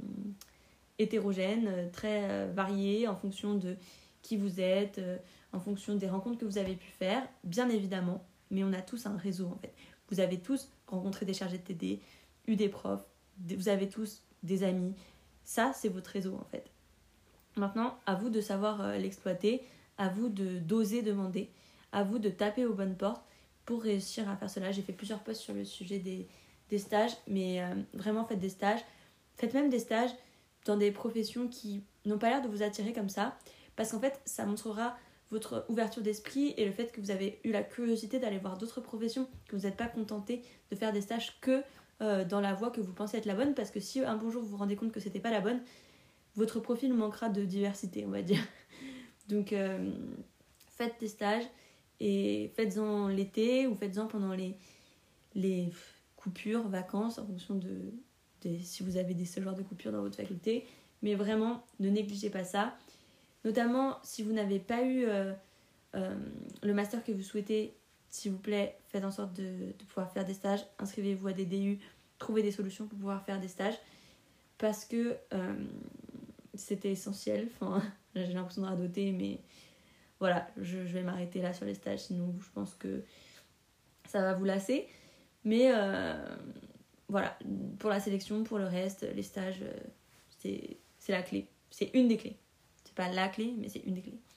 hétérogène, très euh, variée en fonction de qui vous êtes, euh, en fonction des rencontres que vous avez pu faire, bien évidemment, mais on a tous un réseau en fait. Vous avez tous rencontré des chargés de T D, eu des profs, vous avez tous des amis. Ça, c'est votre réseau en fait. Maintenant, à vous de savoir euh, l'exploiter, à vous de d'oser demander, à vous de taper aux bonnes portes pour réussir à faire cela. J'ai fait plusieurs posts sur le sujet des, des stages, mais euh, vraiment faites des stages. Faites même des stages dans des professions qui n'ont pas l'air de vous attirer comme ça, parce qu'en fait, ça montrera votre ouverture d'esprit et le fait que vous avez eu la curiosité d'aller voir d'autres professions, que vous n'êtes pas contenté de faire des stages que euh, dans la voie que vous pensez être la bonne, parce que si un bon jour vous vous rendez compte que c'était pas la bonne, votre profil manquera de diversité, on va dire. Donc, euh, faites des stages et faites-en l'été ou faites-en pendant les, les coupures, vacances, en fonction de, de si vous avez des, ce genre de coupures dans votre faculté. Mais vraiment, ne négligez pas ça. Notamment, si vous n'avez pas eu euh, euh, le master que vous souhaitez, s'il vous plaît, faites en sorte de, de pouvoir faire des stages. Inscrivez-vous à des D U, trouvez des solutions pour pouvoir faire des stages. Parce que euh, c'était essentiel. Enfin, j'ai l'impression de radoter, mais voilà, je, je vais m'arrêter là sur les stages. Sinon, je pense que ça va vous lasser. Mais euh, voilà, pour la sélection, pour le reste, les stages, euh, c'est, c'est la clé. C'est une des clés. C'est pas la clé, mais c'est une des clés.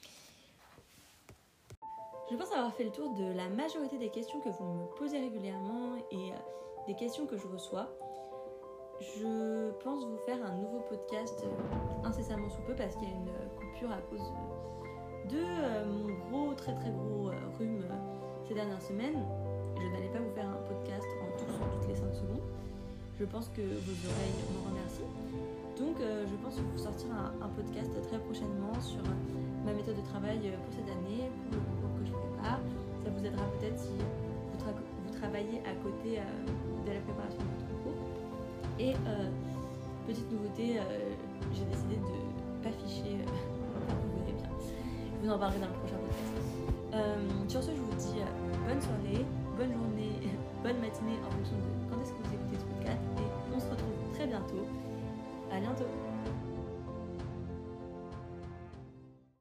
Je pense avoir fait le tour de la majorité des questions que vous me posez régulièrement et euh, des questions que je reçois. Je pense vous faire un nouveau podcast euh, incessamment sous peu parce qu'il y a une euh, coupure à cause de euh, mon gros, très très gros euh, rhume euh, ces dernières semaines. Je n'allais pas vous faire un podcast en toussant toutes les cinq secondes. Je pense que vos oreilles m'en remercient. Donc euh, je pense vous sortir un, un podcast très prochainement sur euh, ma méthode de travail pour cette année, pour le concours que je prépare. Ça vous aidera peut-être si vous, tra- vous travaillez à côté euh, de la préparation de votre concours. Et euh, petite nouveauté, euh, j'ai décidé de ne pas ficher, euh, vous verrez bien. Je vous en parlerai dans le prochain podcast. Euh, sur ce, je vous dis euh, bonne soirée, bonne journée, bonne matinée en fonction de quand est-ce que vous écoutez ce podcast. Et on se retrouve très bientôt. À bientôt.